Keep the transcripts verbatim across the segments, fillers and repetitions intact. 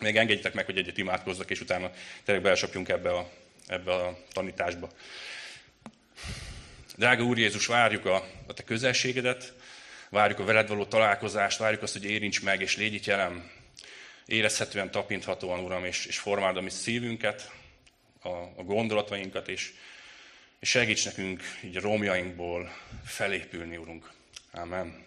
Még engedjétek meg, hogy egyet imádkozzak, és utána tényleg belesapjunk ebbe a, ebbe a tanításba. Drága Úr Jézus, várjuk a, a Te közelségedet, várjuk a veled való találkozást, várjuk azt, hogy érints meg, és légy itt jelen. Érezhetően, tapinthatóan, Uram, és, és formáld a mi szívünket, a, a gondolatainkat, és, és segíts nekünk így a romjainkból felépülni, Urunk. Ámen.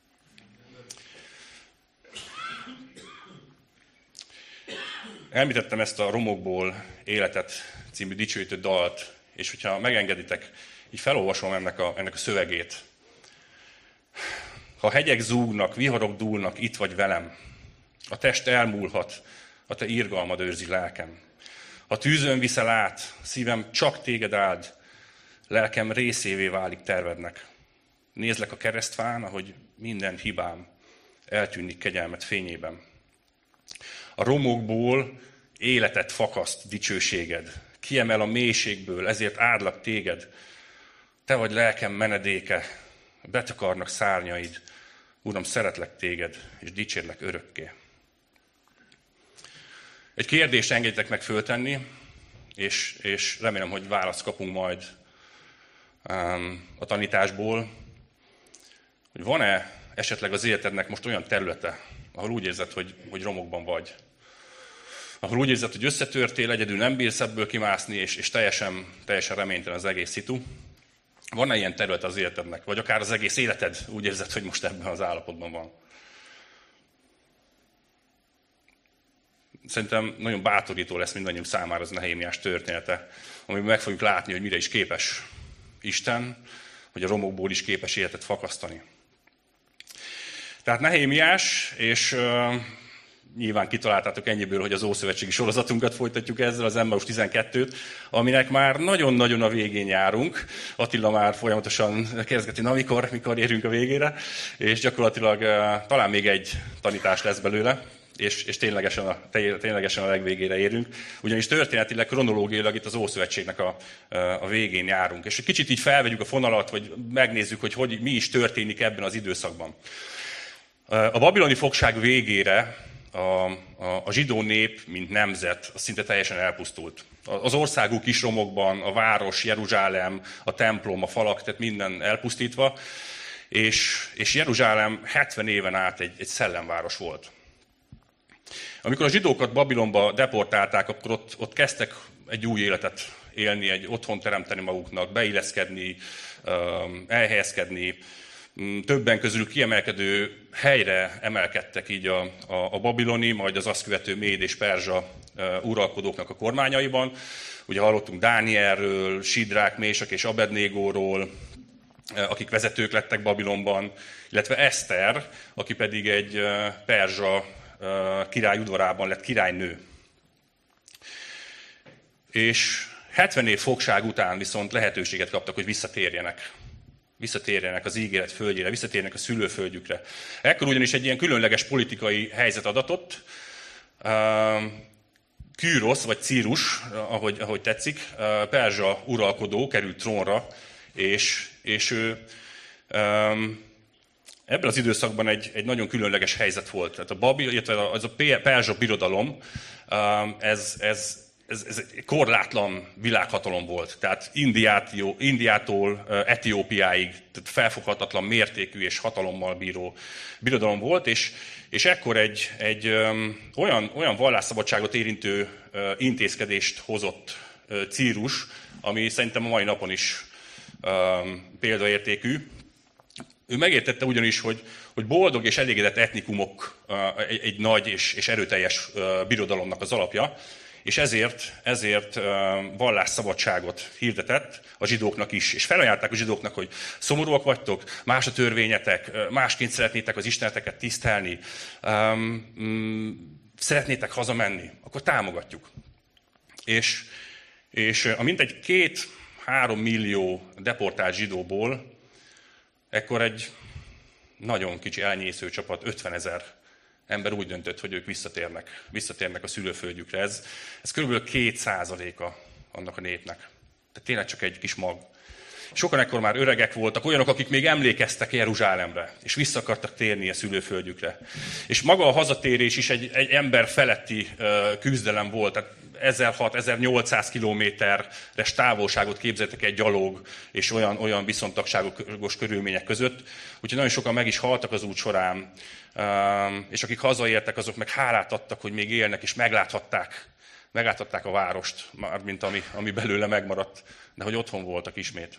Említettem ezt a Romokból életet című dicsőítő dalt, és hogyha megengeditek, így felolvasom ennek a, ennek a szövegét. Ha hegyek zúgnak, viharok dúlnak, itt vagy velem. A test elmúlhat, a te irgalmad őrzi lelkem. Ha tűzön viszel át, szívem csak téged áld, lelkem részévé válik tervednek. Nézlek a keresztfán, ahogy minden hibám eltűnik kegyelmet fényében. A romokból életet fakaszt dicsőséged. Kiemel a mélységből, ezért áldlak téged. Te vagy lelkem menedéke, betakarnak szárnyaid. Uram, szeretlek téged, és dicsérlek örökké. Egy kérdést engedjetek meg föltenni, és, és remélem, hogy választ kapunk majd um, a tanításból, hogy van-e esetleg az életednek most olyan területe, ahol úgy érzed, hogy, hogy romokban vagy. Ahol úgy érzed, hogy összetörtél, egyedül nem bírsz ebből kimászni, és, és teljesen, teljesen reménytelen az egész szitu. Van-e ilyen terület az életednek? Vagy akár az egész életed úgy érzed, hogy most ebben az állapotban van? Szerintem nagyon bátorító lesz mindannyiunk számára az Nehémiás története, amiben meg fogjuk látni, hogy mire is képes Isten, hogy a romokból is képes életet fakasztani. Tehát Nehémiás, és uh, nyilván kitaláltátok ennyiből, hogy az ószövetségi sorozatunkat folytatjuk ezzel, az Emmaus tizenkettőt, aminek már nagyon-nagyon a végén járunk. Attila már folyamatosan kezdgeti, na mikor, mikor érünk a végére, és gyakorlatilag uh, talán még egy tanítás lesz belőle, és, és ténylegesen, a, ténylegesen a legvégére érünk. Ugyanis történetileg, kronológiailag itt az Ószövetségnek a, a végén járunk. És egy kicsit így felvegyük a fonalat, vagy megnézzük, hogy, hogy mi is történik ebben az időszakban. A babiloni fogság végére a, a, a zsidó nép, mint nemzet, az szinte teljesen elpusztult. Az országuk is romokban, a város, Jeruzsálem, a templom, a falak, tehát minden elpusztítva, és, és Jeruzsálem hetven éven át egy, egy szellemváros volt. Amikor a zsidókat Babilonba deportálták, akkor ott, ott kezdtek egy új életet élni, egy otthont teremteni maguknak, beilleszkedni, elhelyezkedni. Többen közülük kiemelkedő helyre emelkedtek így a, a, a babiloni, majd az azt követő méd és perzsa uralkodóknak a kormányaiban. Ugye hallottunk Dánielről, Sidrák, Mésak és Abednégóról, akik vezetők lettek Babilonban, illetve Eszter, aki pedig egy perzsa király udvarában lett királynő. És hetven év fogság után viszont lehetőséget kaptak, hogy visszatérjenek. Visszatérjenek az ígéret földjére, visszatérjenek a szülőföldjükre. Ekkor ugyanis egy ilyen különleges politikai helyzet adatott. Kűrosz, vagy Círus, ahogy, ahogy tetszik, perzsa uralkodó került trónra, és, és ő ebben az időszakban egy, egy nagyon különleges helyzet volt. Tehát a Babil, illetve az a perzsa birodalom, ez, ez, ez, ez egy korlátlan világhatalom volt. Tehát Indiától, Indiától Etiópiáig tehát felfoghatatlan mértékű és hatalommal bíró birodalom volt, és, és ekkor egy, egy um, olyan, olyan vallásszabadságot érintő uh, intézkedést hozott uh, Círus, ami szerintem a mai napon is um, példaértékű. Ő megértette ugyanis, hogy, hogy boldog és elégedett etnikumok egy, egy nagy és, és erőteljes birodalomnak az alapja, és ezért, ezért vallásszabadságot hirdetett a zsidóknak is. És felajánlották a zsidóknak, hogy szomorúak vagytok, más a törvényetek, másként szeretnétek az isteneteket tisztelni, szeretnétek hazamenni, akkor támogatjuk. És, és a mintegy két-három millió deportált zsidóból ekkor egy nagyon kicsi elnyésző csapat, ötvenezer ember úgy döntött, hogy ők visszatérnek, visszatérnek a szülőföldjükre. Ez, ez kb. két százaléka annak a népnek. Tehát tényleg csak egy kis mag. Sokan ekkor már öregek voltak, olyanok, akik még emlékeztek Jeruzsálemre, és vissza akartak térni a szülőföldjükre. És maga a hazatérés is egy, egy ember feletti uh, küzdelem volt, tehát ezerhatszáz-ezernyolcszáz kilométeres távolságot képzeltek egy gyalog, és olyan, olyan viszontagságos körülmények között. Úgyhogy nagyon sokan meg is haltak az út során, um, és akik hazaértek, azok meg hálát adtak, hogy még élnek, és megláthatták, megláthatták a várost, mármint ami, ami belőle megmaradt, de hogy otthon voltak ismét.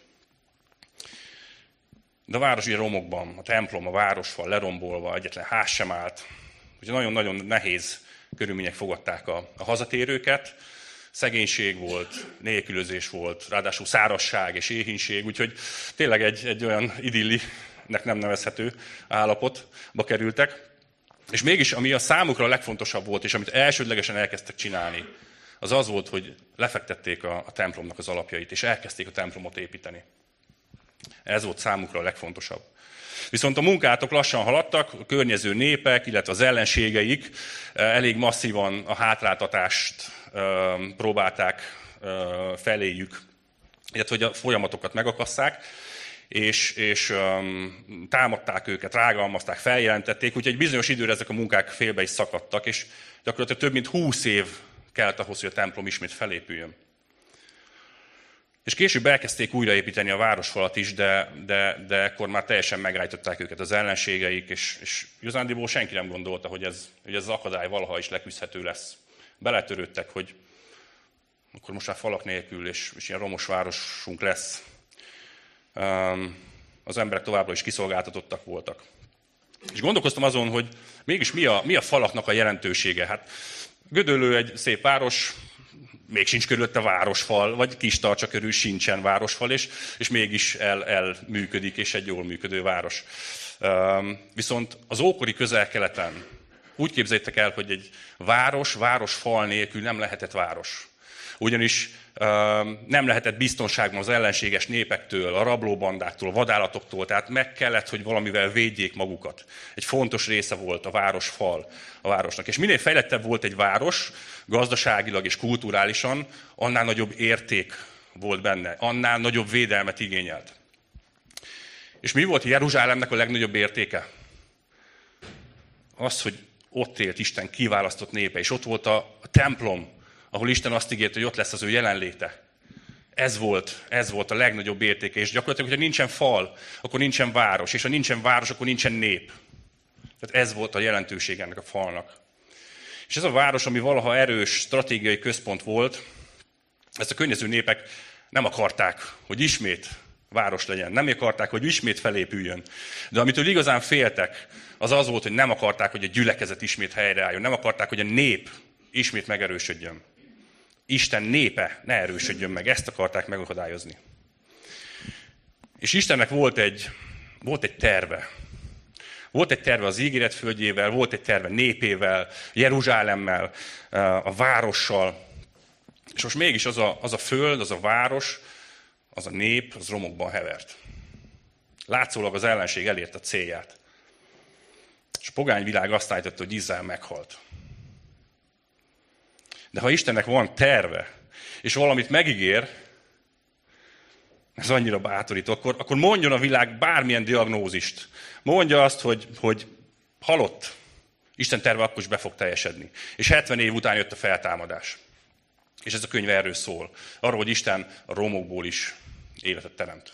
De a városi romokban, a templom, a városfal lerombolva, egyetlen ház sem állt. Úgyhogy nagyon-nagyon nehéz körülmények fogadták a, a hazatérőket. Szegénység volt, nélkülözés volt, ráadásul szárazság és éhínség, úgyhogy tényleg egy, egy olyan idillinek nem nevezhető állapotba kerültek. És mégis, ami a számukra a legfontosabb volt, és amit elsődlegesen elkezdtek csinálni, az az volt, hogy lefektették a, a templomnak az alapjait, és elkezdték a templomot építeni. Ez volt számukra a legfontosabb. Viszont a munkátok lassan haladtak, a környező népek, illetve az ellenségeik elég masszívan a hátráltatást próbálták feléjük, illetve hogy a folyamatokat megakasszák, és, és um, támadták őket, rágalmazták, feljelentették, úgyhogy egy bizonyos időre ezek a munkák félbe is szakadtak, és gyakorlatilag több mint húsz év kellett ahhoz, hogy a templom ismét felépüljön. És később elkezdték újraépíteni a városfalat is, de, de, de ekkor már teljesen megállították őket az ellenségeik, és, és igazándiból senki nem gondolta, hogy ez, hogy ez az akadály valaha is leküzdhető lesz. Beletörődtek, hogy akkor most már falak nélkül, és, és ilyen romos városunk lesz. Um, az emberek továbbra is kiszolgáltatottak voltak. És gondolkoztam azon, hogy mégis mi a, mi a falaknak a jelentősége. Hát Gödöllő egy szép város, még sincs körülötte városfal, vagy Kistarcsa körül sincsen városfal, és, és mégis el, elműködik, és egy jól működő város. Um, viszont az ókori Közel-Keleten úgy képzeljétek el, hogy egy város, városfal nélkül nem lehetett város. Ugyanis um, nem lehetett biztonságban az ellenséges népektől, a rablóbandáktól, a vadállatoktól, tehát meg kellett, hogy valamivel védjék magukat. Egy fontos része volt a városfal a városnak. És minél fejlettebb volt egy város, gazdaságilag és kulturálisan, annál nagyobb érték volt benne, annál nagyobb védelmet igényelt. És mi volt Jeruzsálemnek a legnagyobb értéke? Az, hogy ott élt Isten kiválasztott népe, és ott volt a, a templom, ahol Isten azt ígért, hogy ott lesz az ő jelenléte. Ez volt, ez volt a legnagyobb értéke, és gyakorlatilag, hogyha nincsen fal, akkor nincsen város, és ha nincsen város, akkor nincsen nép. Tehát ez volt a jelentőség ennek a falnak. És ez a város, ami valaha erős stratégiai központ volt, ezt a környező népek nem akarták, hogy ismét város legyen, nem akarták, hogy ismét felépüljön. De amitől igazán féltek, az az volt, hogy nem akarták, hogy a gyülekezet ismét helyreálljon, nem akarták, hogy a nép ismét megerősödjön. Isten népe ne erősödjön meg, ezt akarták megakadályozni. És Istennek volt egy, volt egy terve. Volt egy terve az ígéret földjével, volt egy terve népével, Jeruzsálemmel, a várossal. És most mégis az a, az a föld, az a város, az a nép, az romokban hevert. Látszólag az ellenség elérte a célját. És a pogány világ azt állította, hogy Izrael meghalt. De ha Istennek van terve, és valamit megígér, ez annyira bátorító, akkor, akkor mondjon a világ bármilyen diagnózist. Mondja azt, hogy, hogy halott. Isten terve akkor is be fog teljesedni. És hetven év után jött a feltámadás. És ez a könyv erről szól. Arról, hogy Isten a romokból is életet teremt.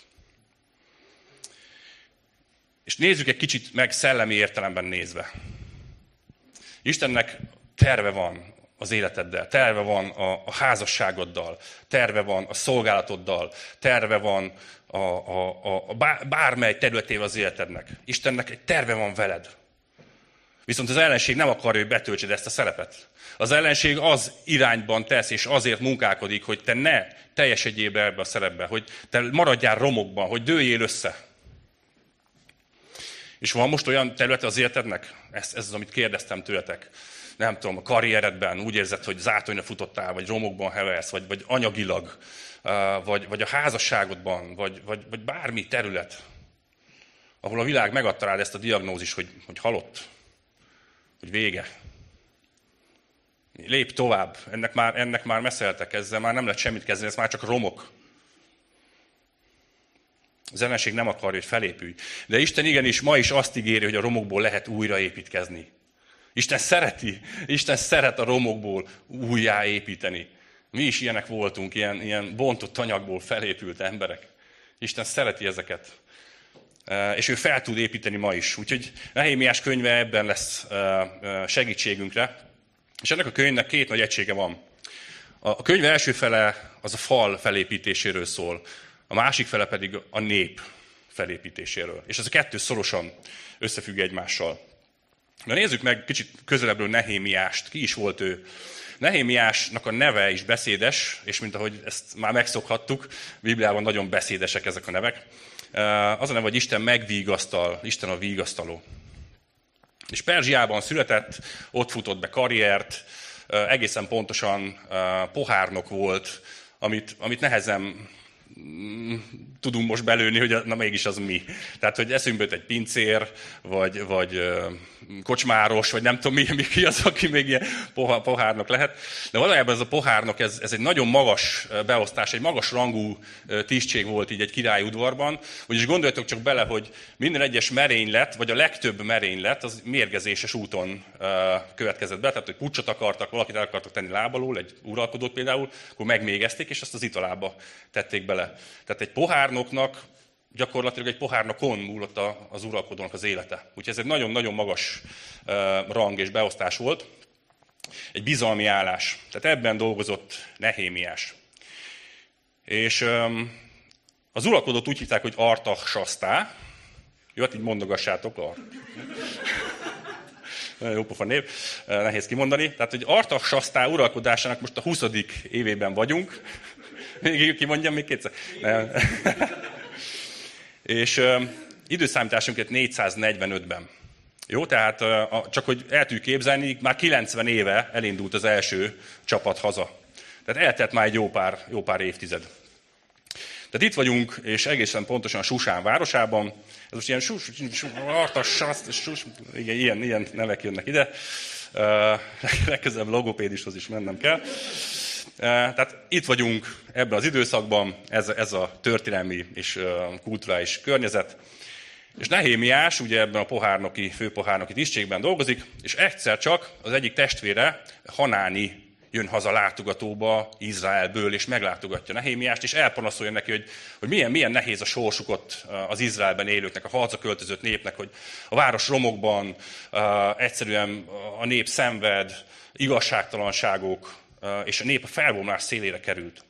És nézzük egy kicsit meg szellemi értelemben nézve. Istennek terve van az életeddel, terve van a, a házasságoddal, terve van a szolgálatoddal, terve van a, a, a, a bármely területével az életednek. Istennek egy terve van veled. Viszont az ellenség nem akarja, hogy betöltsed ezt a szerepet. Az ellenség az irányban tesz, és azért munkálkodik, hogy te ne teljesedjél be ebbe a szerepbe, hogy te maradjál romokban, hogy dőljél össze. És van most olyan területe az életednek? Ez, ez az, amit kérdeztem tőletek. Nem tudom, a karrieredben úgy érzed, hogy zátonyra futottál, vagy romokban heversz, vagy, vagy anyagilag, vagy, vagy a házasságodban, vagy, vagy, vagy bármi terület, ahol a világ megadta rád ezt a diagnózist, hogy, hogy halott, hogy vége. Lép tovább, ennek már, ennek már messzeltek, ezzel már nem lehet semmit kezdeni, ez már csak romok. Az ellenség nem akarja, hogy felépülj. De Isten igenis ma is azt ígéri, hogy a romokból lehet újraépítkezni. Isten szereti, Isten szeret a romokból újjáépíteni. Mi is ilyenek voltunk, ilyen, ilyen bontott anyagból felépült emberek. Isten szereti ezeket. És ő fel tud építeni ma is. Úgyhogy Nehémiás könyve ebben lesz segítségünkre. És ennek a könyvnek két nagy egysége van. A könyv első fele az a fal felépítéséről szól, a másik fele pedig a nép felépítéséről. És ez a kettő szorosan összefügg egymással. Na nézzük meg kicsit közelebbről Nehémiást. Ki is volt ő? Nehémiásnak a neve is beszédes, és mint ahogy ezt már megszokhattuk, Bibliában nagyon beszédesek ezek a nevek. Az a neve, hogy Isten megvigasztal, Isten a vigasztaló. És Perzsiában született, ott futott be karriert, egészen pontosan pohárnok volt, amit, amit nehezen tudunk most belőni, hogy na mégis az mi. Tehát, hogy eszünkbe jut egy pincér, vagy, vagy kocsmáros, vagy nem tudom, mi, mi ki az, aki még ilyen pohárnok lehet. De valójában ez a pohárnok, ez, ez egy nagyon magas beosztás, egy magas rangú tisztség volt így egy királyi udvarban. Vagyis gondoljatok csak bele, hogy minden egyes merénylet, vagy a legtöbb merénylet, az mérgezéses úton következett be. Tehát, hogy puccsot akartak, valakit el akartak tenni lábalól, egy uralkodót például, akkor megmégezték, és azt az italába tették bele. Tehát egy pohárnoknak, gyakorlatilag egy pohárnokon múlott az uralkodónak az élete. Úgyhogy ez egy nagyon-nagyon magas rang és beosztás volt. Egy bizalmi állás. Tehát ebben dolgozott Nehémiás. És az uralkodót úgy hívták, hogy Artaxasztá. Jó, hát így mondogassátok. Art. Nagyon jó pofa név, nehéz kimondani. Tehát, hogy Artaxasztá uralkodásának most a huszadik évében vagyunk. Még kimondjam még kétszer? Nem. És uh, időszámításunkat négyszáznegyvenötben. Jó, tehát uh, csak hogy el tudjuk képzelni, már kilencven éve elindult az első csapat haza. Tehát eltelt már egy jó pár, jó pár évtized. Tehát itt vagyunk, és egészen pontosan Susán városában. Ez most ilyen sus, sus, artas, sus, igen, ilyen, ilyen nevek jönnek ide. Uh, legközelebb logopédishoz is mennem kell. Tehát itt vagyunk ebben az időszakban, ez, ez a történelmi és kulturális környezet. És Nehémiás ugye ebben a pohárnoki, főpohárnoki tisztségben dolgozik, és egyszer csak az egyik testvére, Hanáni jön haza látogatóba Izraelből, és meglátogatja Nehémiást, és elpanaszolja neki, hogy, hogy milyen, milyen nehéz a sorsuk ott az Izraelben élőknek, a harcra költözött népnek, hogy a város romokban uh, egyszerűen a nép szenved, igazságtalanságok, és a nép a felbomlás szélére került.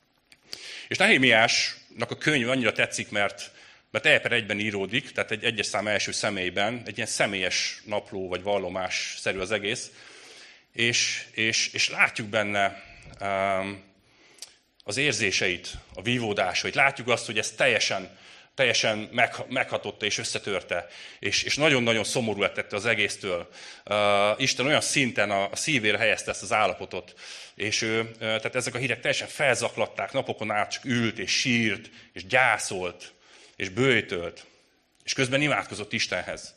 És Nehémiásnak a könyv annyira tetszik, mert, mert egy per egyben íródik, tehát egy egyes szám első személyben, egy ilyen személyes napló vagy vallomás-szerű az egész, és, és, és látjuk benne um, az érzéseit, a vívódásait, látjuk azt, hogy ez teljesen, teljesen meghatotta és összetörte, és, és nagyon-nagyon szomorú lett az egésztől. Uh, Isten olyan szinten a, a szívére helyezte ezt az állapotot, és ő, uh, tehát ezek a hírek teljesen felzaklatták, napokon át csak ült, és sírt, és gyászolt, és böjtölt, és közben imádkozott Istenhez.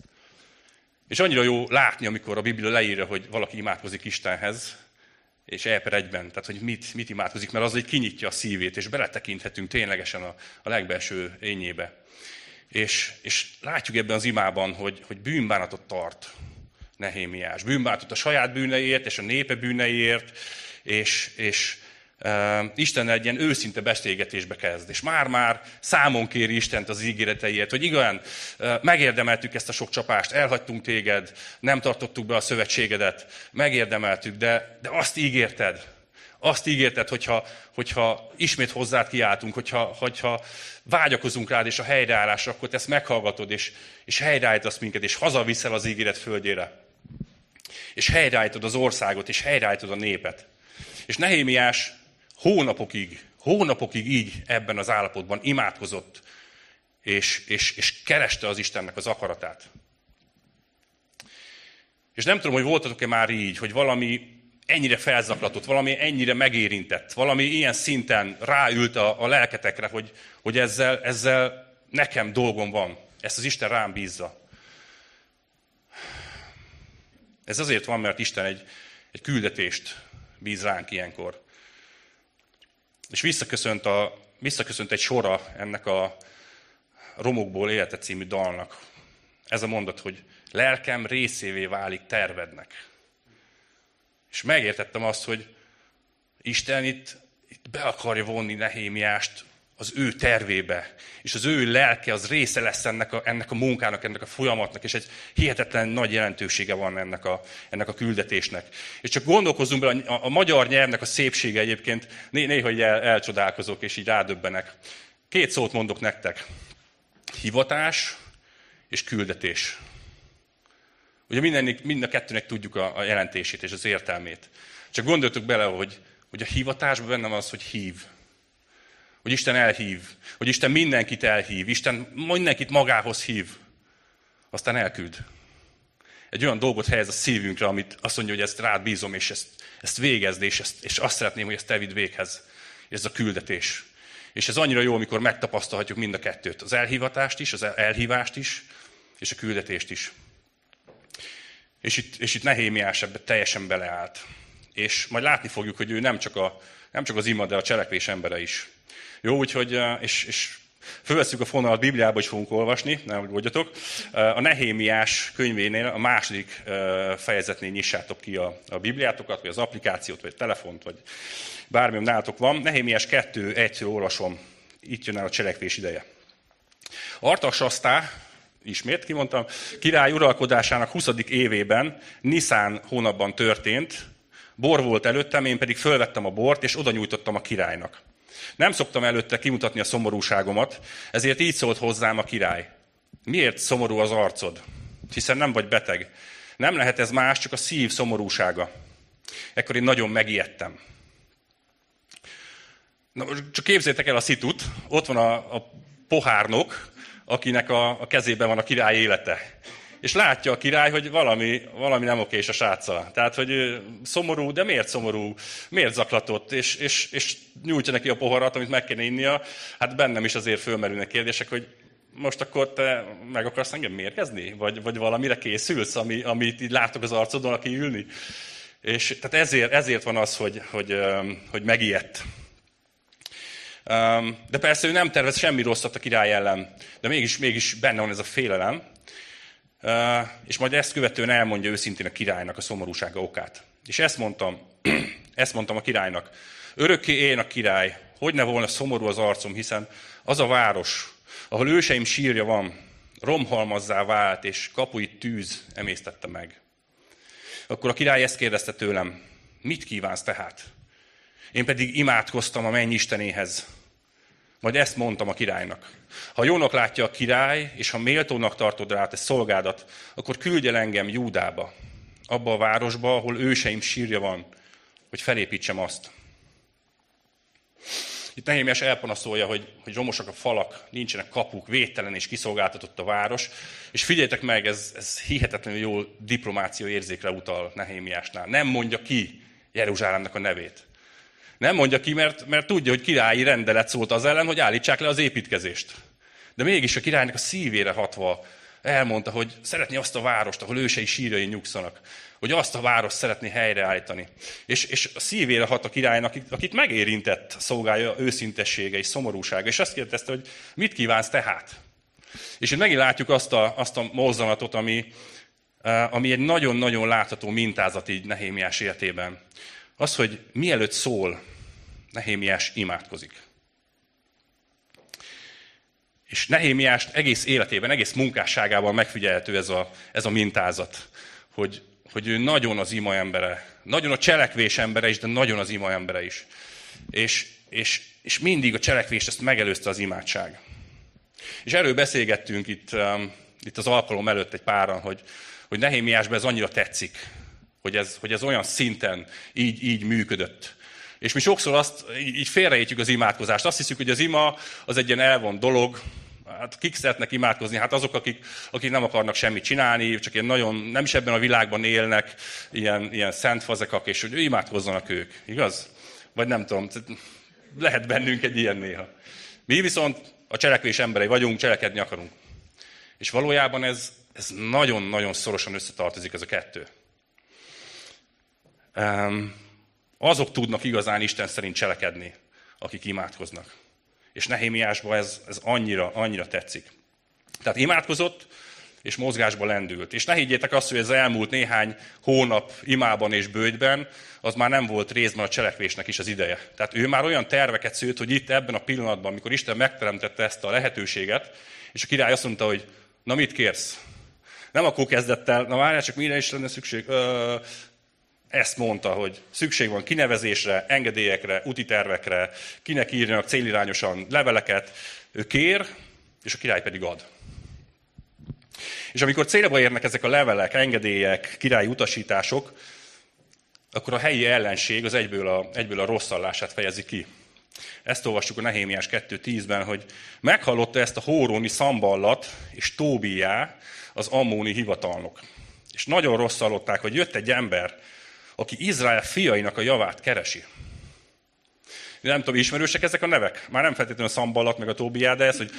És annyira jó látni, amikor a Biblia leírja, hogy valaki imádkozik Istenhez, és egy per egyben, tehát hogy mit, mit imádkozik, mert az, hogy kinyitja a szívét, és beletekinthetünk ténylegesen a, a legbelső ényébe. És, és látjuk ebben az imában, hogy, hogy bűnbánatot tart Nehémiás. Bűnbánatot a saját bűneiért, és a népe bűneiért, és, és uh, Istennel egy ilyen őszinte beszélgetésbe kezd. És már-már számon kéri Istent az ígéreteiért, hogy igen, uh, megérdemeltük ezt a sok csapást, elhagytunk téged, nem tartottuk be a szövetségedet, megérdemeltük, de, de azt ígérted, azt ígérted, hogyha, hogyha ismét hozzád kiáltunk, hogyha, hogyha vágyakozunk rád és a helyreállásra, akkor te ezt meghallgatod, és, és helyreállítasz minket, és hazaviszel az ígéret földjére. És helyreállítod az országot, és helyreállítod a népet. És Nehémiás hónapokig, hónapokig így ebben az állapotban imádkozott, és, és, és kereste az Istennek az akaratát. És nem tudom, hogy voltatok-e már így, hogy valami ennyire felzaklatott, valami ennyire megérintett, valami ilyen szinten ráült a, a lelketekre, hogy, hogy ezzel, ezzel nekem dolgom van. Ezt az Isten rám bízza. Ez azért van, mert Isten egy, egy küldetést bíz ránk ilyenkor. És visszaköszönt, a, visszaköszönt egy sora ennek a Romokból élete című dalnak ez a mondat, hogy lelkem részévé válik tervednek. És megértettem azt, hogy Isten itt, itt be akarja vonni Nehémiást az ő tervébe, és az ő lelke az része lesz ennek a, ennek a munkának, ennek a folyamatnak, és egy hihetetlen nagy jelentősége van ennek a, ennek a küldetésnek. És csak gondolkozzunk bele, a, a magyar nyelvnek a szépsége egyébként, né, néha így el, elcsodálkozok, és így rádöbbenek. Két szót mondok nektek. Hivatás és küldetés. Ugye minden, mind a kettőnek tudjuk a, a jelentését és az értelmét. Csak gondoltuk bele, hogy, hogy a hivatásban benne van az, hogy hív. Hogy Isten elhív. Hogy Isten mindenkit elhív. Isten mindenkit magához hív. Aztán elküld. Egy olyan dolgot helyez a szívünkre, amit azt mondja, hogy ezt rád bízom, és ezt, ezt végezd, és, ezt, és azt szeretném, hogy ezt te vidd véghez. És ez a küldetés. És ez annyira jó, amikor megtapasztalhatjuk mind a kettőt. Az elhívatást is, az elhívást is, és a küldetést is. És itt, és itt Nehémiás ebbe teljesen beleállt. És majd látni fogjuk, hogy ő nem csak, a, nem csak az ima, de a cselekvés embere is. Jó, úgyhogy, és, és fölvesszük a fonalat Bibliába, is fogunk olvasni, ne aggódjatok. A Nehémiás könyvénél, a második fejezetnél nyissátok ki a, a Bibliátokat, vagy az applikációt, vagy a telefont, vagy bármi, ami nálatok van. Nehémiás kettő egytől olvasom, itt jön el a cselekvés ideje. Artaxasztá, ismét kimondtam, király uralkodásának huszadik évében, Niszán hónapban történt, bor volt előttem, én pedig fölvettem a bort, és oda nyújtottam a királynak. Nem szoktam előtte kimutatni a szomorúságomat, ezért így szólt hozzám a király. Miért szomorú az arcod? Hiszen nem vagy beteg. Nem lehet ez más, csak a szív szomorúsága. Ekkor én nagyon megijedtem. Na, csak képzeljétek el a szitut, ott van a, a pohárnok, akinek a, a kezében van a király élete. És látja a király, hogy valami, valami nem okés a sráccal. Tehát, hogy szomorú, de miért szomorú? Miért zaklatott? És, és, és nyújtja neki a poharat, amit meg kéne innia. Hát bennem is azért fölmerülnek kérdések, hogy most akkor te meg akarsz engem mérgezni? Vagy, vagy valamire készülsz, ami, amit így látok az arcodon, aki ülni? És tehát ezért, ezért van az, hogy, hogy, hogy megijedt. De persze ő nem tervez semmi rosszat a király ellen, de mégis, mégis benne van ez a félelem. És majd ezt követően elmondja őszintén a királynak a szomorúsága okát. És ezt mondtam, ezt mondtam a királynak. Örökké én a király, hogy ne volna szomorú az arcom, hiszen az a város, ahol őseim sírja van, romhalmazzá vált, és kapuit tűz emésztette meg. Akkor a király ezt kérdezte tőlem, mit kívánsz tehát? Én pedig imádkoztam a menny istenéhez. Majd ezt mondtam a királynak. Ha jónak látja a király, és ha méltónak tartod rá te szolgádat, akkor küldj el engem Júdába, abba a városba, ahol őseim sírja van, hogy felépítsem azt. Itt Nehémiás elpanaszolja, hogy, hogy romosak a falak, nincsenek kapuk, védtelen és kiszolgáltatott a város. És figyeljétek meg, ez, ez hihetetlenül jó diplomácia érzékre utal Nehémiásnál. Nem mondja ki Jeruzsálemnek a nevét. Nem mondja ki, mert, mert tudja, hogy királyi rendelet szólt az ellen, hogy állítsák le az építkezést. De mégis a királynak a szívére hatva elmondta, hogy szeretné azt a várost, ahol ősei sírjai nyugszanak. Hogy azt a várost szeretné helyreállítani. És, és a szívére hat a királynak, akit megérintett szolgálja őszintessége és szomorúsága. És azt kérdezte, hogy mit kívánsz tehát? És itt megint látjuk azt a, azt a mozzanatot, ami, ami egy nagyon-nagyon látható mintázat így Nehémiás életében. Az, hogy mielőtt szól, Nehémiás imádkozik. És Nehémiás egész életében, egész munkásságában megfigyelhető ez a, ez a mintázat, hogy, hogy ő nagyon az ima embere, nagyon a cselekvés embere is, de nagyon az ima embere is. És, és, és mindig a cselekvést ezt megelőzte az imádság. És erről beszélgettünk itt, um, itt az alkalom előtt egy páran, hogy, hogy Nehémiásban ez annyira tetszik, hogy ez, hogy ez olyan szinten így, így működött. És mi sokszor azt így félreértjük az imádkozást. Azt hiszük, hogy az ima az egy ilyen elvont dolog. Hát kik szeretnek imádkozni? Hát azok, akik, akik nem akarnak semmit csinálni, csak ilyen nagyon, nem is ebben a világban élnek, ilyen, ilyen szent fazekak, és hogy imádkozzanak ők. Igaz? Vagy nem tudom, lehet bennünk egy ilyen néha. Mi viszont a cselekvés emberei vagyunk, cselekedni akarunk. És valójában ez, ez nagyon-nagyon szorosan összetartozik ez a kettő. Um, azok tudnak igazán Isten szerint cselekedni, akik imádkoznak. És Nehémiásban ez, ez annyira, annyira tetszik. Tehát imádkozott, és mozgásba lendült. És ne higgyétek azt, hogy ez az elmúlt néhány hónap imában és bőjtben, az már nem volt részben a cselekvésnek is az ideje. Tehát ő már olyan terveket szőtt, hogy itt ebben a pillanatban, amikor Isten megteremtette ezt a lehetőséget, és a király azt mondta, hogy na mit kérsz? Nem akkor kezdett el, na várjál, csak mire is lenne szükség? Ö, ezt mondta, hogy szükség van kinevezésre, engedélyekre, úti tervekre, kinek írjanak célirányosan leveleket. Ő kér, és a király pedig ad. És amikor célba érnek ezek a levelek, engedélyek, királyi utasítások, akkor a helyi ellenség az egyből a, egyből a rosszallását fejezi ki. Ezt olvassuk a Nehémiás kettő tízben, hogy meghallotta ezt a hóróni Szamballat és Tóbiá, az ammóni hivatalnok. És nagyon rosszallották, hogy jött egy ember, aki Izrael fiainak a javát keresi. Nem tudom, ismerősek ezek a nevek? Már nem feltétlenül a Szamballat meg a Tóbiá, de ez, hogy...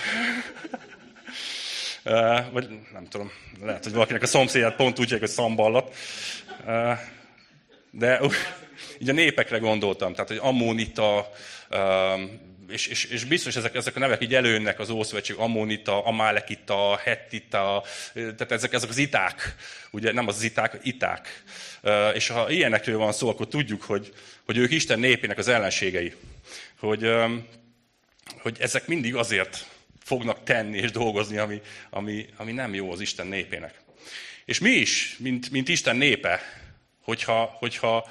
Uh, vagy nem tudom, lehet, hogy valakinek a szomszédját pont úgy hívják, hogy Szamballat. Uh, de uh, így a népekre gondoltam, tehát hogy Ammonita, uh, és, és, és biztos ezek, ezek a nevek így előnnek az Ószövetség, Ammonita, Amálekita, Hettita, tehát ezek, ezek az iták, ugye nem az iták, iták. Uh, és ha ilyenekről van szó, akkor tudjuk, hogy, hogy ők Isten népének az ellenségei. Hogy, um, hogy ezek mindig azért fognak tenni és dolgozni, ami, ami, ami nem jó az Isten népének. És mi is, mint, mint Isten népe, hogyha, hogyha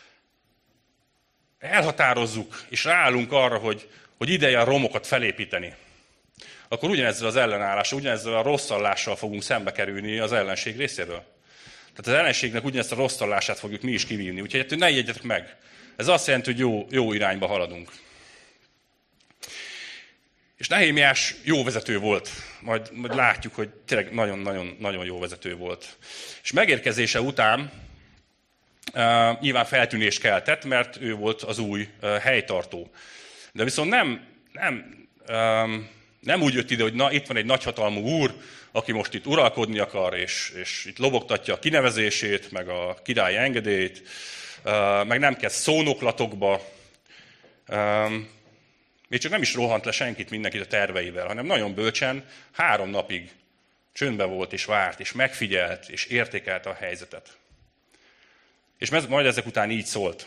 elhatározzuk és ráállunk arra, hogy, hogy ideje a romokat felépíteni, akkor ugyanezzel az ellenállással, ugyanezzel a rosszallással fogunk szembe kerülni az ellenség részéről. Tehát az ellenségnek ugyanezt a rosszallását fogjuk mi is kivívni. Úgyhogy ettől ne ijedjetek meg. Ez azt jelenti, hogy jó, jó irányba haladunk. És Nehémiás jó vezető volt, majd, majd látjuk, hogy tényleg nagyon-nagyon jó vezető volt. És megérkezése után uh, nyilván feltűnést keltett, mert ő volt az új uh, helytartó. De viszont nem, nem, um, nem úgy jött ide, hogy na, itt van egy nagyhatalmú úr, aki most itt uralkodni akar, és, és itt lobogtatja a kinevezését, meg a királyi engedélyt, uh, meg nem kezd szónoklatokba, um, még csak nem is rohant le senkit, mindenkit a terveivel, hanem nagyon bölcsen három napig csöndben volt, és várt, és megfigyelt, és értékelte a helyzetet. És majd ezek után így szólt.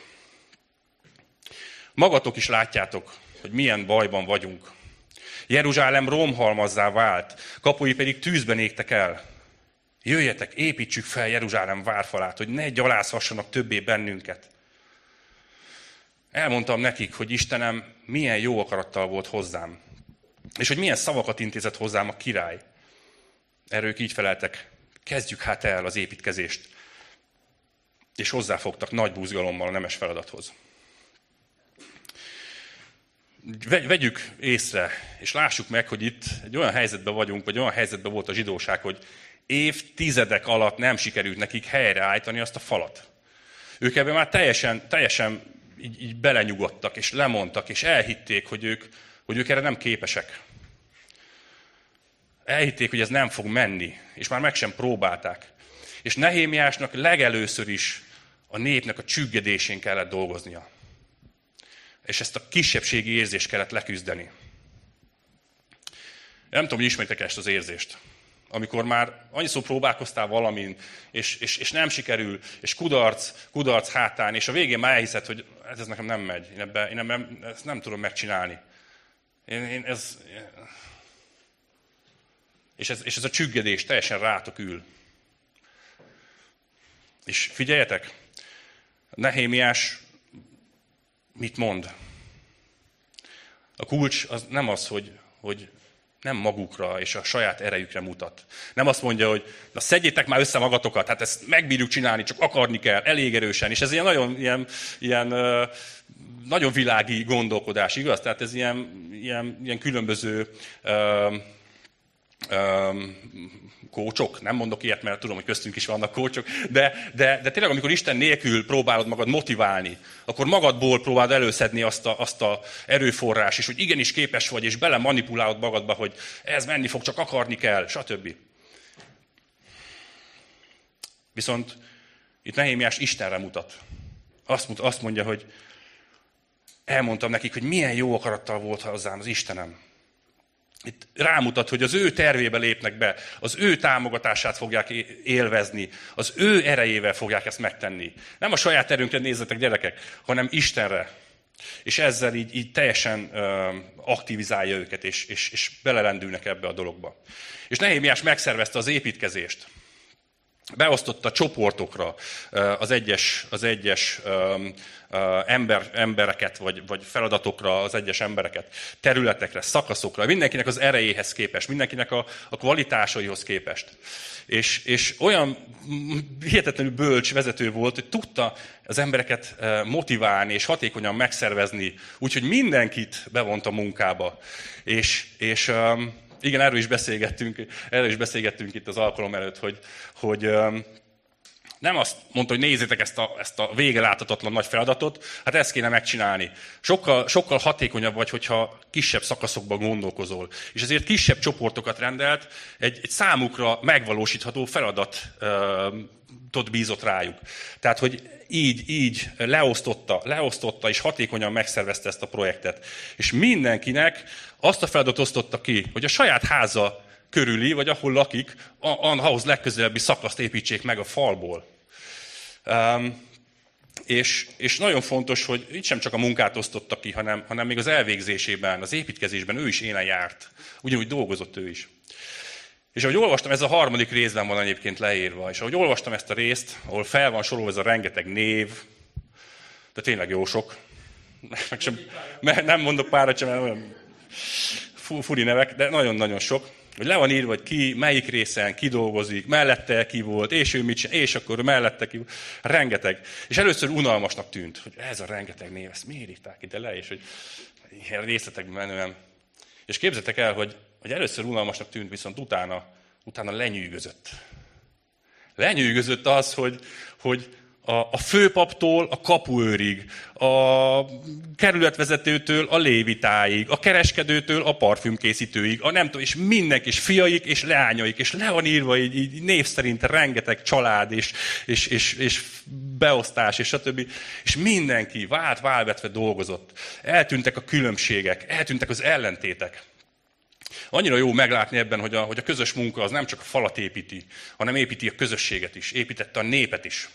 Magatok is látjátok, hogy milyen bajban vagyunk. Jeruzsálem romhalmazzá vált, kapui pedig tűzben égtek el. Jöjjetek, építsük fel Jeruzsálem várfalát, hogy ne gyalázhassanak többé bennünket. Elmondtam nekik, hogy Istenem milyen jó akarattal volt hozzám, és hogy milyen szavakat intézett hozzám a király. Erről ők így feleltek, kezdjük hát el az építkezést. És hozzáfogtak nagy buzgalommal a nemes feladathoz. Vegyük észre, és lássuk meg, hogy itt egy olyan helyzetben vagyunk, vagy olyan helyzetben volt a zsidóság, hogy évtizedek alatt nem sikerült nekik helyreállítani azt a falat. Ők ebben már teljesen, teljesen így, így belenyugodtak, és lemondtak, és elhitték, hogy ők, hogy ők erre nem képesek. Elhitték, hogy ez nem fog menni, és már meg sem próbálták. És Nehémiásnak legelőször is a népnek a csüggedésén kellett dolgoznia. És ezt a kisebbségi érzést kellett leküzdeni. Nem tudom, hogy ismeritek ezt az érzést. Amikor már annyiszor próbálkoztál valamin, és, és, és nem sikerül, és kudarc, kudarc hátán, és a végén már elhiszed, hogy ez, ez nekem nem megy, én, ebbe, én ebbe, ezt nem tudom megcsinálni. Én, én ez, és, ez, és ez a csüggedés teljesen rátok ül. És figyeljetek, Nehémiás mit mond? A kulcs az nem az, hogy, hogy nem magukra és a saját erejükre mutat. Nem azt mondja, hogy na szedjétek már össze magatokat, hát ezt megbírjuk csinálni, csak akarni kell, elég erősen. És ez ilyen nagyon, ilyen, ilyen, nagyon világi gondolkodás, igaz? Tehát ez ilyen, ilyen, ilyen különböző uh, um, kócsok, nem mondok ilyet, mert tudom, hogy köztünk is vannak kócsok, de, de, de tényleg, amikor Isten nélkül próbálod magad motiválni, akkor magadból próbálod előszedni azt a, azt a erőforrás, és hogy igenis képes vagy, és bele manipulálod magadba, hogy ez menni fog, csak akarni kell, stb. Viszont itt Nehémiás Istenre mutat. Azt, mutat, azt mondja, hogy elmondtam nekik, hogy milyen jó akarattal volt hozzám az Istenem. itt rámutat, hogy az ő tervébe lépnek be, az ő támogatását fogják élvezni, az ő erejével fogják ezt megtenni. Nem a saját erőnkre nézzetek, gyerekek, hanem Istenre. És ezzel így, így teljesen ö, aktivizálja őket, és, és, és belelendülnek ebbe a dologba. És Nehémiás megszervezte az építkezést. Beosztotta csoportokra az egyes, az egyes um, uh, ember, embereket, vagy, vagy feladatokra az egyes embereket, területekre, szakaszokra, mindenkinek az erejéhez képest, mindenkinek a, a kvalitásaihoz képest. És, és olyan hihetetlenül bölcs vezető volt, hogy tudta az embereket motiválni és hatékonyan megszervezni, úgyhogy mindenkit bevont a munkába. És, és um, igen, erről is beszélgettünk, erről is beszélgettünk itt az alkalom előtt, hogy, hogy nem azt mondta, hogy nézzétek ezt a, ezt a vége láthatatlan nagy feladatot, hát ezt kéne megcsinálni. Sokkal, sokkal hatékonyabb vagy, hogyha kisebb szakaszokban gondolkozol. És ezért kisebb csoportokat rendelt, egy, egy számukra megvalósítható feladatot bízott rájuk. Tehát, hogy így, így leosztotta, leosztotta és hatékonyan megszervezte ezt a projektet. És mindenkinek azt a feladatot osztotta ki, hogy a saját háza körüli, vagy ahol lakik, ahhoz legközelebbi szakaszt építsék meg a falból. Um, és, és nagyon fontos, hogy itt sem csak a munkát osztotta ki, hanem, hanem még az elvégzésében, az építkezésben ő is élen járt. Ugyanúgy dolgozott ő is. És ahogy olvastam, ez a harmadik részben van egyébként leírva, és ahogy olvastam ezt a részt, ahol fel van sorolva ez a rengeteg név, de tényleg jó sok, meg sem, nem mondok párat sem, olyan furi nevek, de nagyon-nagyon sok, hogy le van írva, hogy ki, melyik részen ki dolgozik, mellette ki volt, és ő mit csinál, és akkor mellette ki volt. Rengeteg. És először unalmasnak tűnt, hogy ez a rengeteg név, ezt miért írták ide le, és hogy részletekben menően. És képzeljétek el, hogy, hogy először unalmasnak tűnt, viszont utána, utána lenyűgözött. Lenyűgözött az, hogy, hogy a, a főpaptól a kapuőrig, a kerületvezetőtől a lévitáig, a kereskedőtől a parfümkészítőig, a nem tudom, és mindenki, és fiaik, és leányaik, és le van írva így, így név szerint rengeteg család, és, és, és, és beosztás, és stb. És mindenki vált válvetve dolgozott. Eltűntek a különbségek, eltűntek az ellentétek. Annyira jó meglátni ebben, hogy a, hogy a közös munka az nem csak a falat építi, hanem építi a közösséget is, építette a népet is.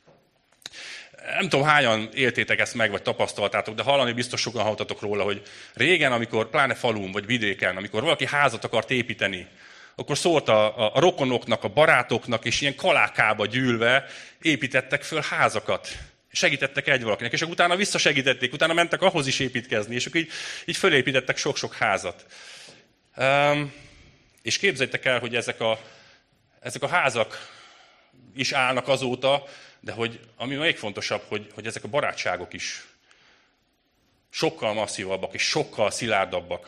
Nem tudom, hányan éltétek ezt meg, vagy tapasztaltátok, de hallani biztos sokan hallottatok róla, hogy régen, amikor pláne falun, vagy vidéken, amikor valaki házat akart építeni, akkor szólt a, a, a rokonoknak, a barátoknak, és ilyen kalákába gyűlve építettek föl házakat. Segítettek egy valakinek, és akkor utána visszasegítették, utána mentek ahhoz is építkezni, és akkor így, így fölépítettek sok-sok házat. Um, és képzeljétek el, hogy ezek a, ezek a házak is állnak azóta, de hogy ami még fontosabb, hogy, hogy ezek a barátságok is sokkal masszívabbak és sokkal szilárdabbak.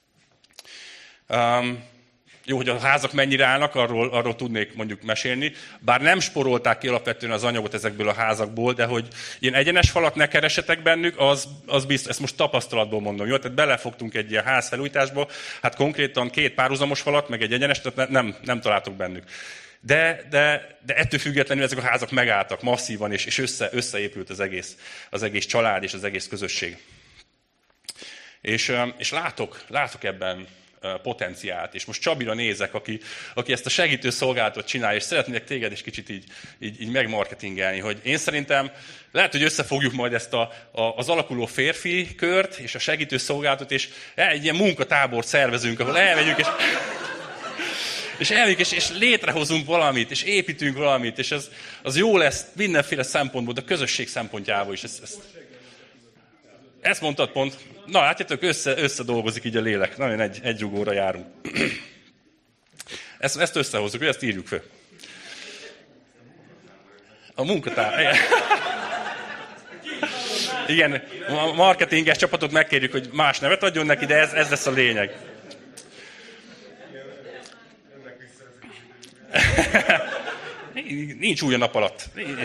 Um, jó, hogy a házak mennyire állnak, arról, arról tudnék mondjuk mesélni, bár nem sporolták ki alapvetően az anyagot ezekből a házakból, de hogy ilyen egyenes falat ne keresetek bennük, az, az biztos, ezt most tapasztalatból mondom, jó? Tehát belefogtunk egy ilyen házfelújításba, hát konkrétan két párhuzamos falat, meg egy egyenes, tehát nem, nem találtok bennük. De, de, de ettől függetlenül ezek a házak megálltak masszívan, és, és össze, összeépült az egész, az egész család és az egész közösség. És, és látok, látok ebben potenciált. És most Csabira nézek, aki, aki ezt a segítő szolgálatot csinálja, és szeretnék téged is kicsit így, így, így megmarketingelni, hogy én szerintem lehet, hogy összefogjuk majd ezt a, a, az alakuló férfi kört, és a segítő szolgálatot, és egy ilyen munkatábort szervezünk, ahol elmegyünk, és... És elmegyünk, és, és létrehozunk valamit, és építünk valamit, és ez, az jó lesz mindenféle szempontból, de a közösség szempontjából is. Ez, ez, ezt mondtad pont. Na, látjátok, össze, összedolgozik így a lélek. Nagyon egy, egy rugóra járunk. Ezt, ezt összehozzuk, ezt írjuk föl. A munkatár. Igen, a marketinges csapatot megkérjük, hogy más nevet adjon neki, de ez, ez lesz a lényeg. Nincs új a nap alatt.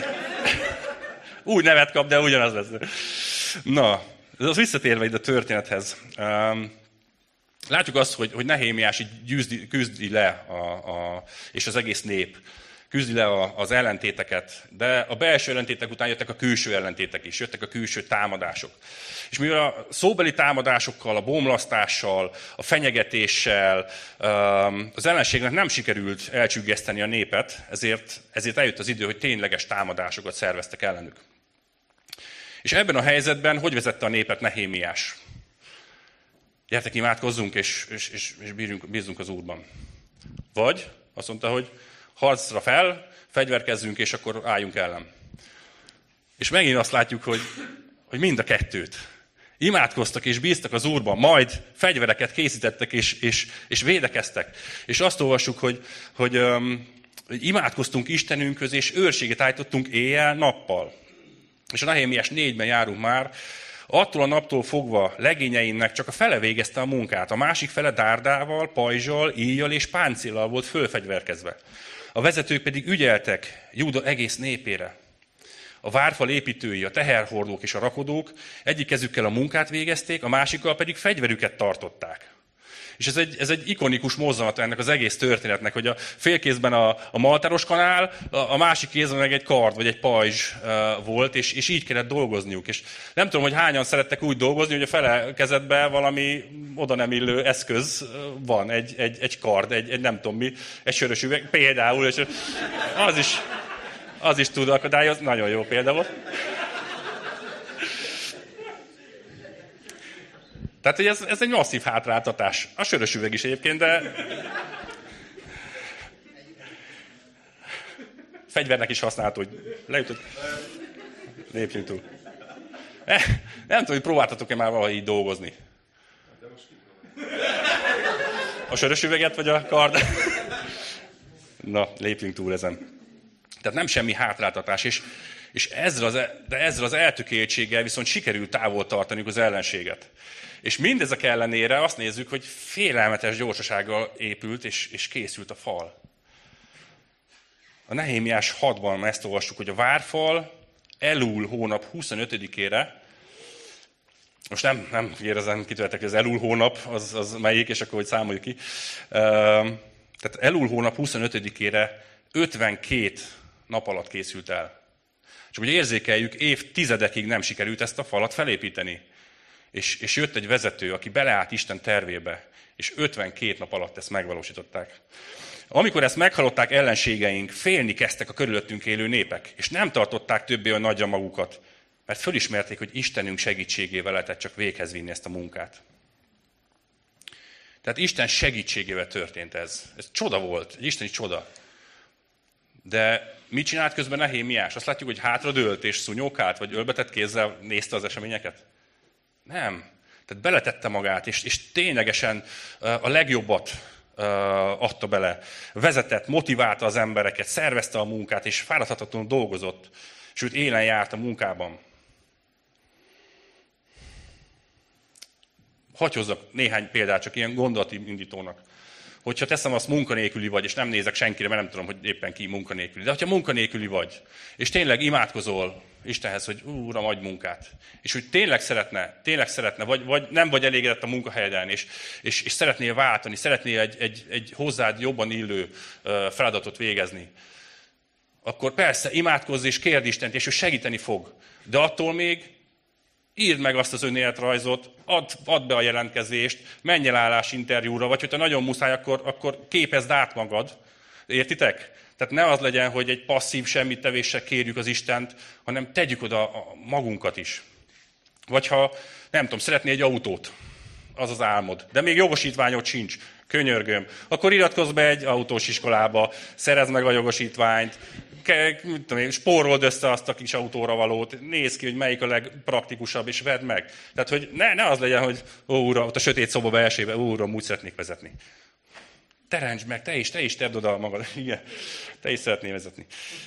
Új nevet kap, de ugyanaz lesz. Na, az visszatérve ide a történethez. Látjuk azt, hogy, hogy Nehémiás így gyűzdi, küzdi le, a, a, és az egész nép küzdi le az ellentéteket, de a belső ellentétek után jöttek a külső ellentétek is, jöttek a külső támadások. És mivel a szóbeli támadásokkal, a bomlasztással, a fenyegetéssel az ellenségnek nem sikerült elcsüggeszteni a népet, ezért, ezért eljött az idő, hogy tényleges támadásokat szerveztek ellenük. És ebben a helyzetben hogy vezette a népet Nehémiás? Gyertek, imádkozzunk, és, és, és, és bírjunk, bízzunk az Úrban. Vagy azt mondta, hogy harcra fel, fegyverkezzünk, és akkor álljunk ellen. És megint azt látjuk, hogy, hogy mind a kettőt. Imádkoztak és bíztak az Úrban, majd fegyvereket készítettek és, és, és védekeztek. És azt olvassuk, hogy, hogy, um, hogy imádkoztunk Istenünkhöz, és őrséget állítottunk éjjel-nappal. És a Nehémiás négyben járunk már, attól a naptól fogva legényeinek csak a fele végezte a munkát, a másik fele dárdával, pajzsal, íjjal és páncéllal volt fölfegyverkezve. A vezetők pedig ügyeltek Júda egész népére. A várfal építői, a teherhordók és a rakodók egyik kezükkel a munkát végezték, a másikkal pedig fegyverüket tartották. És ez egy, ez egy ikonikus mozzanat ennek az egész történetnek, hogy a félkézben a, a maltáros kanál, a, a másik kézben meg egy kard vagy egy pajzs uh, volt, és, és így kellett dolgozniuk. És nem tudom, hogy hányan szerettek úgy dolgozni, hogy a fele kezedben valami oda nem illő eszköz van, egy, egy, egy kard, egy, egy nem tudom mi, egy sörös üveg, például, és az is, az is tud akadályozni, nagyon jó példa volt. Tehát, hogy ez, ez egy masszív hátráltatás. A sörös üveg is egyébként, de fegyvernek is használható, hogy leütött. Lépjünk túl. Eh, nem tudom, hogy próbáltatok-e már valahogy így dolgozni. A sörös üveget, vagy a kard? Na, lépjünk túl ezen. Tehát nem semmi hátráltatás, és, és ezzel, az, de ezzel az eltökéltséggel viszont sikerült távol tartaniuk az ellenséget. És mindezek ellenére azt nézzük, hogy félelmetes gyorsasággal épült és, és készült a fal. A Nehémiás hatban ezt olvassuk, hogy a várfal Elul hónap huszonötödikére, most nem, nem érezem, kitöltek, hogy az Elul hónap, az, az melyik, és akkor hogy számoljuk ki. Tehát Elul hónap huszonötödikére ötvenkét nap alatt készült el. És ugye érzékeljük, évtizedekig nem sikerült ezt a falat felépíteni. És, és jött egy vezető, aki beleállt Isten tervébe, és ötvenkét nap alatt ezt megvalósították. Amikor ezt meghallották ellenségeink, félni kezdtek a körülöttünk élő népek, és nem tartották többé a nagyra magukat, mert fölismerték, hogy Istenünk segítségével lehetett csak véghez vinni ezt a munkát. Tehát Isten segítségével történt ez. Ez csoda volt, egy isteni csoda. De mit csinált közben Nehémiás? Azt látjuk, hogy hátradőlt és szúnyókált, vagy ölbetett kézzel nézte az eseményeket? Nem. Tehát beletette magát, és, és ténylegesen a legjobbat adta bele. Vezetett, motiválta az embereket, szervezte a munkát, és fáradhatatlanul dolgozott. Sőt, élen járt a munkában. Hadd hozzak néhány példát, csak ilyen gondolati indítónak. Hogyha teszem azt, munkanélküli vagy, és nem nézek senkire, mert nem tudom, hogy éppen ki munkanélküli. De hogyha munkanélküli vagy, és tényleg imádkozol Istenhez, hogy Uram, adj munkát. És hogy tényleg szeretne, tényleg szeretne, vagy, vagy nem vagy elégedett a munkahelyeden, és, és, és szeretnél váltani, szeretnél egy, egy, egy hozzád jobban illő feladatot végezni, akkor persze imádkozz és kérd Istent, és ő segíteni fog. De attól még írd meg azt az önéletrajzot, add, add be a jelentkezést, menj el állásinterjúra, vagy hogyha nagyon muszáj, akkor, akkor képezd át magad. Értitek? Tehát ne az legyen, hogy egy passzív semmittevéssel kérjük az Istent, hanem tegyük oda a magunkat is. Vagy ha, nem tudom, szeretnél egy autót, az az álmod, de még jogosítványod sincs, könyörgöm, akkor iratkozz be egy autós iskolába, szerezd meg a jogosítványt, mit tudom én, spórold össze azt a kis autóra valót, nézd ki, hogy melyik a legpraktikusabb, és vedd meg. Tehát, hogy ne, ne az legyen, hogy ó, uram, ott a sötét szoba belsébe, ó, uram, úgy szeretnék vezetni. Teremtsd meg, te is, te is tedd oda magad. Igen, te is szeretnél vezetni.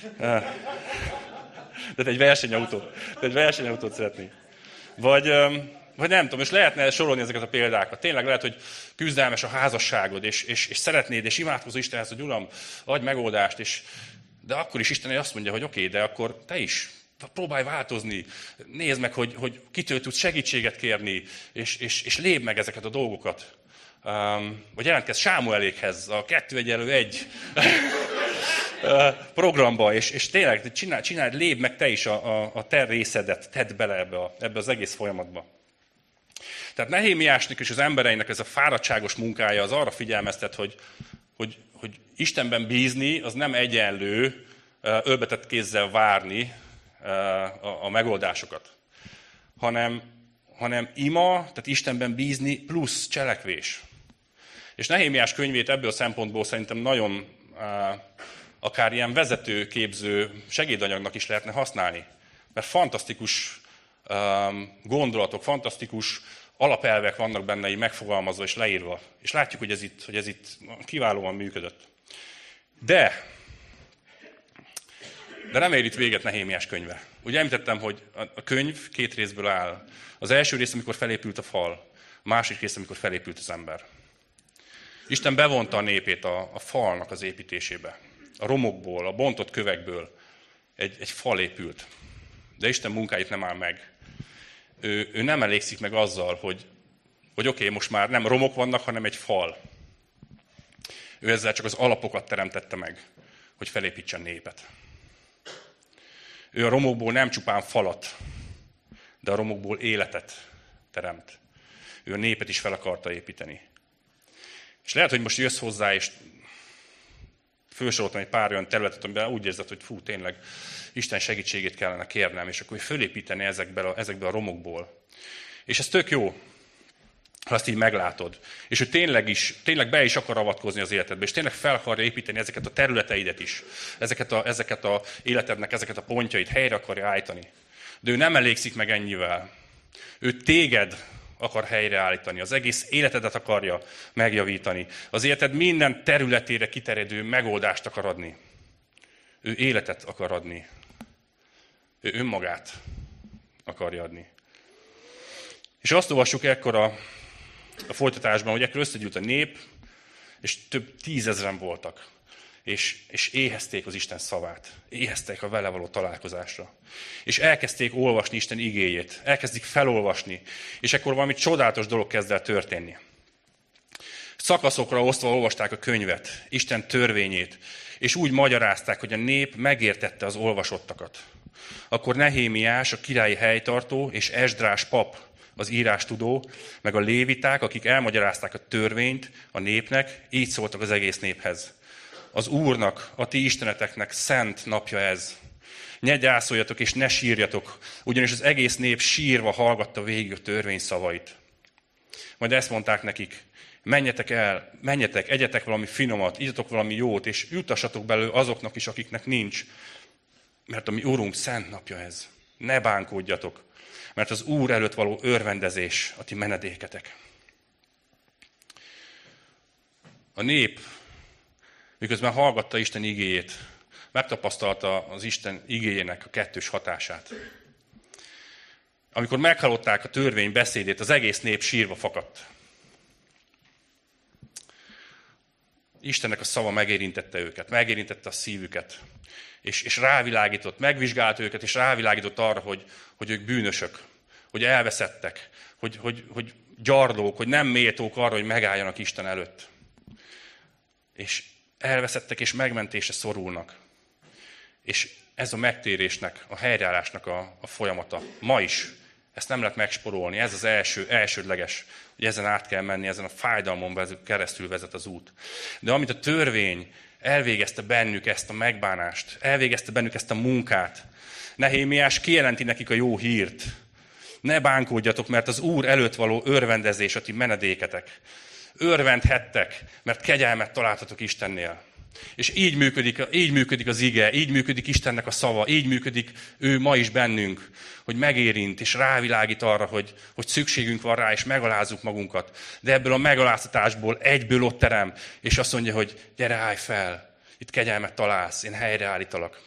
De te egy versenyautó, te egy versenyautót szeretnél. Vagy, vagy nem tudom, és lehetne sorolni ezeket a példákat. Tényleg lehet, hogy küzdelmes a házasságod, és, és, és szeretnéd, és imádkozol Istenhez, hogy Uram, adj megoldást, és de akkor is Isten azt mondja, hogy oké, okay, de akkor te is próbálj változni, nézd meg, hogy, hogy kitől tudsz segítséget kérni, és, és, és lépd meg ezeket a dolgokat. Um, vagy jelentkezz Sámuelékhez, a kettő egyenlő egy. programba, és, és tényleg csinál, csináld, lépd meg te is a, a, a te részedet, tedd bele ebbe, a, ebbe az egész folyamatba. Tehát Nehémiásnak és az embereinek ez a fáradtságos munkája az arra figyelmeztet, hogy, hogy, hogy Istenben bízni, az nem egyenlő ölbetett kézzel várni a, a megoldásokat, hanem, hanem ima, tehát Istenben bízni plusz cselekvés. És Nehémiás könyvét ebből a szempontból szerintem nagyon akár ilyen vezetőképző segédanyagnak is lehetne használni. Mert fantasztikus gondolatok, fantasztikus alapelvek vannak benne így megfogalmazva és leírva. És látjuk, hogy ez itt, hogy ez itt kiválóan működött. De, de nem ér itt véget Nehémiás könyve. Ugye említettem, hogy a könyv két részből áll. Az első rész, amikor felépült a fal. A másik rész, amikor felépült az ember. Isten bevonta a népét a, a falnak az építésébe. A romokból, a bontott kövekből egy, egy fal épült. De Isten munkáit nem áll meg. Ő, ő nem elégszik meg azzal, hogy, hogy oké, okay, most már nem romok vannak, hanem egy fal. Ő ezzel csak az alapokat teremtette meg, hogy felépítsen népet. Ő a romokból nem csupán falat, de a romokból életet teremt. Ő a népet is fel akarta építeni. És lehet, hogy most jössz hozzá, és felsoroltam egy pár olyan területet, amiben úgy érzed, hogy fú, tényleg Isten segítségét kellene kérnem, és akkor fölépíteni ezekből a, ezekből a romokból. És ez tök jó, ha azt így meglátod. És ő tényleg, is, tényleg be is akar avatkozni az életedbe, és tényleg fel akarja építeni ezeket a területeidet is, ezeket a, ezeket a életednek, ezeket a pontjait helyre akarja állítani. De ő nem elégszik meg ennyivel. Ő téged akar helyreállítani, az egész életedet akarja megjavítani. Az életed minden területére kiterjedő megoldást akar adni. Ő életet akar adni. Ő önmagát akarja adni. És azt olvassuk ekkor a, a folytatásban, hogy ekkor összegyűlt a nép, és több tízezren voltak. És, és éhezték az Isten szavát. Éhezték a vele való találkozásra. És elkezdték olvasni Isten igéjét. Elkezdik felolvasni. És ekkor valami csodálatos dolog kezd el történni. Szakaszokra osztva olvasták a könyvet, Isten törvényét, és úgy magyarázták, hogy a nép megértette az olvasottakat. Akkor Nehémiás, a királyi helytartó, és Esdrás pap, az írástudó, meg a léviták, akik elmagyarázták a törvényt a népnek, így szóltak az egész néphez. Az Úrnak, a ti isteneteknek szent napja ez. Ne gyászoljatok és ne sírjatok, ugyanis az egész nép sírva hallgatta végig a törvény szavait. Majd ezt mondták nekik, menjetek el, menjetek, egyetek valami finomat, igyatok valami jót, és jutassatok belőle azoknak is, akiknek nincs. Mert a mi Úrunk szent napja ez. Ne bánkódjatok, mert az Úr előtt való örvendezés a ti menedéketek. A nép, miközben hallgatta Isten igéjét, megtapasztalta az Isten igéjének a kettős hatását. Amikor meghallották a törvény beszédét, az egész nép sírva fakadt. Istennek a szava megérintette őket, megérintette a szívüket, és, és rávilágított, megvizsgált őket, és rávilágított arra, hogy, hogy ők bűnösök, hogy elveszettek, hogy, hogy, hogy gyarlók, hogy nem méltók arra, hogy megálljanak Isten előtt. És elveszettek, és megmentésre szorulnak. És ez a megtérésnek, a helyreállásnak a, a folyamata. Ma is. Ezt nem lehet megsporolni. Ez az első, elsődleges, hogy ezen át kell menni, ezen a fájdalmon keresztül vezet az út. De amit a törvény elvégezte bennük ezt a megbánást, elvégezte bennük ezt a munkát, Nehémiás kijelenti nekik a jó hírt. Ne bánkódjatok, mert az Úr előtt való örvendezés a ti menedéketek. Örvendhettek, mert kegyelmet találtatok Istennél. És így működik, így működik az ige, így működik Istennek a szava, így működik ő ma is bennünk, hogy megérint és rávilágít arra, hogy, hogy szükségünk van rá, és megalázzuk magunkat. De ebből a megaláztatásból egyből ott terem, és azt mondja, hogy gyere, állj fel, itt kegyelmet találsz, én helyreállítalak.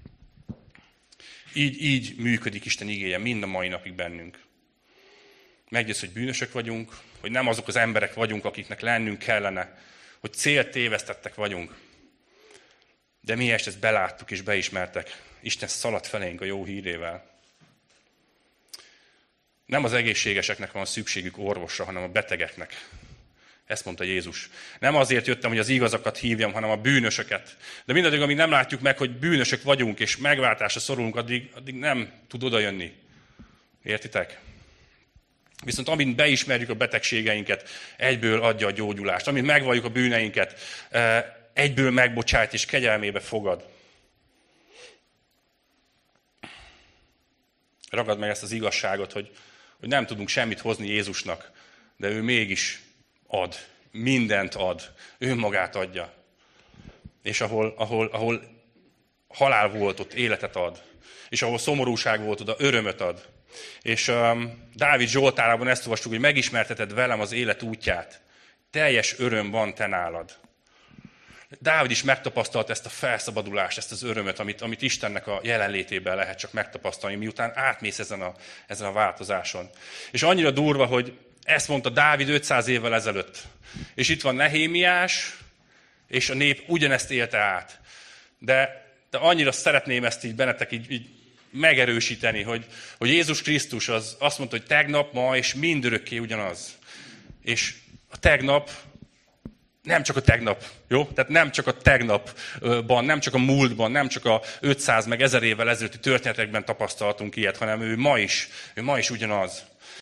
Így, így működik Isten igéje mind a mai napig bennünk. Meggyőz, hogy bűnösök vagyunk, hogy nem azok az emberek vagyunk, akiknek lennünk kellene, hogy célt tévesztettek vagyunk. De mi ezt beláttuk és beismertek. Isten szaladt felénk a jó hírével. Nem az egészségeseknek van szükségük orvosra, hanem a betegeknek. Ezt mondta Jézus. Nem azért jöttem, hogy az igazakat hívjam, hanem a bűnösöket. De mindaddig, amíg nem látjuk meg, hogy bűnösök vagyunk, és megváltásra szorulunk, addig, addig nem tud odajönni. Értitek? Viszont amint beismerjük a betegségeinket, egyből adja a gyógyulást. Amint megvalljuk a bűneinket, egyből megbocsájt és kegyelmébe fogad. Ragad meg ezt az igazságot, hogy, hogy nem tudunk semmit hozni Jézusnak, de ő mégis ad, mindent ad, önmagát adja. És ahol, ahol, ahol halál volt, ott életet ad. És ahol szomorúság volt, oda örömöt ad. És um, Dávid Zsoltárában ezt olvastuk, hogy megismerteted velem az élet útját. Teljes öröm van te nálad. Dávid is megtapasztalt ezt a felszabadulást, ezt az örömöt, amit, amit Istennek a jelenlétében lehet csak megtapasztalni, miután átmész ezen a, ezen a változáson. És annyira durva, hogy ezt mondta Dávid ötszáz évvel ezelőtt. És itt van Nehémiás, és a nép ugyanezt élte át. De, de annyira szeretném ezt így bennetek így, így megerősíteni, hogy, hogy Jézus Krisztus az azt mondta, hogy tegnap, ma és mindörökké ugyanaz. És a tegnap nem csak a tegnap, jó? Tehát nem csak a tegnapban, nem csak a múltban, nem csak a ötszáz meg ezer évvel ezelőtti történetekben tapasztaltunk ilyet, hanem ő ma is, ő ma is ugyanaz.